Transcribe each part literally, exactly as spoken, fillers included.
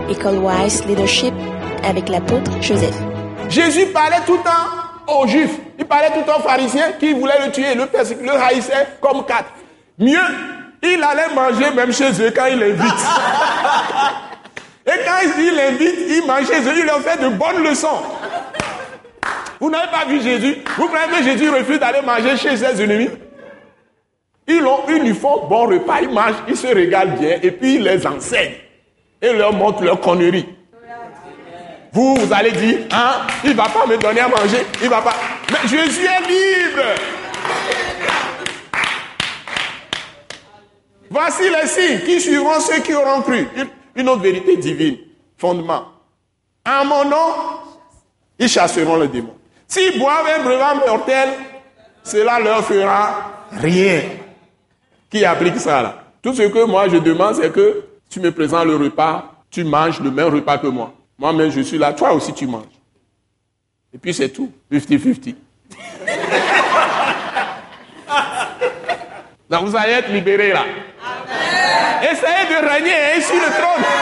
École Wise Leadership avec l'apôtre Joseph. Jésus parlait tout le temps aux Juifs. Il parlait tout le temps aux pharisiens qui voulaient le tuer, le persécuter, le haïssaient comme quatre. Mieux, il allait manger même chez eux quand il invite. Et quand il invite, il mange chez eux, il leur fait de bonnes leçons. Vous n'avez pas vu Jésus? Vous croyez que Jésus refuse d'aller manger chez ses ennemis? Ils, ont, ils lui font bon repas, ils mangent, ils se régalent bien, et puis ils les enseignent. Et leur montrent leur connerie. Vous, vous allez dire, hein, il ne va pas me donner à manger, il ne va pas. Mais Jésus est libre. Voici les signes qui suivront ceux qui auront cru. Une, une autre vérité divine, fondement. En mon nom, ils chasseront le démon. S'ils boivent un breuvage mortel, cela leur fera rien. Qui applique ça là? Tout ce que moi je demande, c'est que tu me présentes le repas, tu manges le même repas que moi. Moi-même je suis là, toi aussi tu manges. Et puis c'est tout, cinquante cinquante. Donc vous allez être libérés là. Amen. Essayez de régner hein, sur le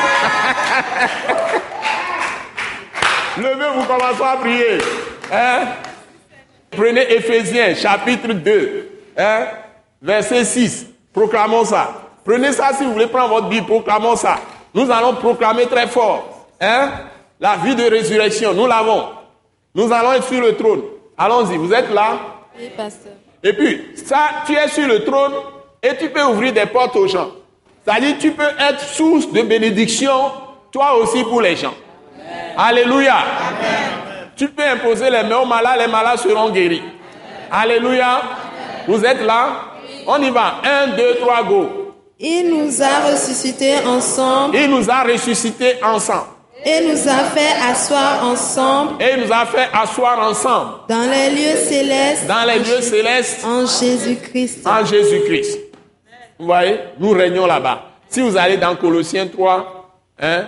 trône. Levez-vous, commençons à prier. Hein? Prenez Éphésiens chapitre deux, hein? Verset six. Proclamons ça. Prenez ça si vous voulez prendre votre Bible, proclamons ça. Nous allons proclamer très fort. Hein? La vie de résurrection, nous l'avons. Nous allons être sur le trône. Allons-y, vous êtes là? Oui, pasteur. Et puis, ça, tu es sur le trône et tu peux ouvrir des portes aux gens. C'est-à-dire, tu peux être source de bénédiction, toi aussi pour les gens. Amen. Alléluia. Amen. Tu peux imposer les mains aux malades, les malades seront guéris. Amen. Alléluia. Amen. Vous êtes là? On y va. Un, deux, trois, go. Il nous a ressuscités ensemble. Il nous a ressuscités ensemble. Et nous a fait asseoir ensemble. Et nous a fait asseoir ensemble. Dans les lieux célestes. Dans les lieux célestes. En Jésus-Christ. En Jésus-Christ. Vous voyez, nous régnons là-bas. Si vous allez dans Colossiens trois, hein,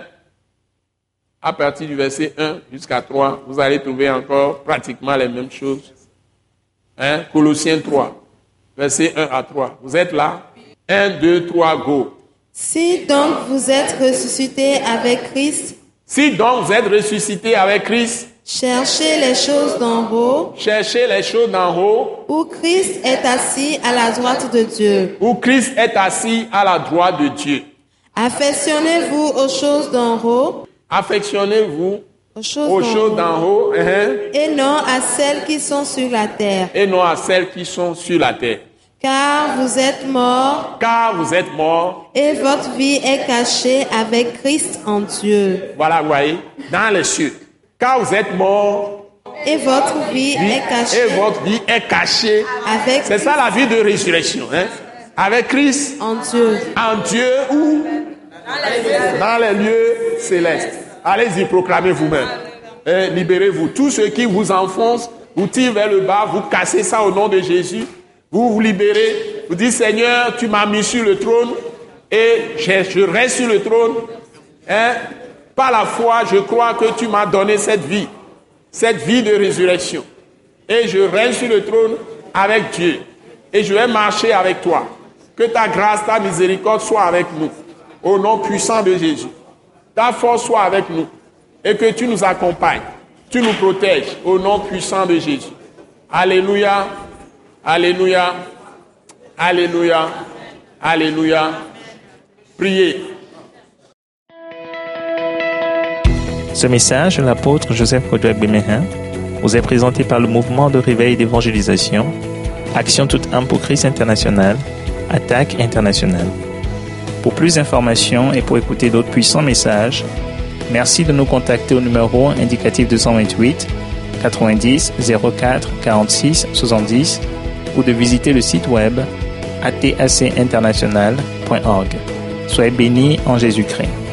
à partir du verset un jusqu'à trois, vous allez trouver encore pratiquement les mêmes choses. Hein, Colossiens trois, verset un à trois. Vous êtes là? un, deux, trois, go. Si donc vous êtes ressuscités avec Christ. Si donc vous êtes ressuscités avec Christ. Cherchez les choses d'en haut. Cherchez les choses d'en haut. Où Christ est assis à la droite de Dieu. Où Christ est assis à la droite de Dieu. Affectionnez-vous aux choses d'en haut. Affectionnez-vous aux choses, aux d'en, choses haut. d'en haut. Uh-huh. Et non à celles qui sont sur la terre. Et non à celles qui sont sur la terre. Car vous êtes morts. Car vous êtes morts. Et votre vie est cachée avec Christ en Dieu. Voilà, vous voyez, dans les cieux. Car vous êtes morts. Et votre vie, vie est cachée. Et votre vie est cachée. Avec C'est ça la vie de résurrection. Hein? Avec Christ. En Dieu. En Dieu ou dans les lieux célestes. Allez-y, proclamez vous-même. Et libérez-vous. Tous ceux qui vous enfoncent, vous tirent vers le bas, vous cassez ça au nom de Jésus. Vous vous libérez. Vous dites, Seigneur, tu m'as mis sur le trône et je, je reste sur le trône. Hein? Par la foi, je crois que tu m'as donné cette vie, cette vie de résurrection. Et je reste sur le trône avec Dieu. Et je vais marcher avec toi. Que ta grâce, ta miséricorde soit avec nous. Au nom puissant de Jésus. Ta force soit avec nous. Et que tu nous accompagnes. Tu nous protèges. Au nom puissant de Jésus. Alléluia. Alléluia. Alléluia. Alléluia. Priez. Ce message de l'apôtre Joseph Kodouak Bemehin vous est présenté par le mouvement de réveil et d'évangélisation, Action toute âme pour Christ international, Attaque internationale. Pour plus d'informations et pour écouter d'autres puissants messages, merci de nous contacter au numéro indicatif deux cent vingt-huit, quatre-vingt-dix, zéro quatre, quarante-six, soixante-dix ou de visiter le site web a t a c international point org. Soyez bénis en Jésus-Christ.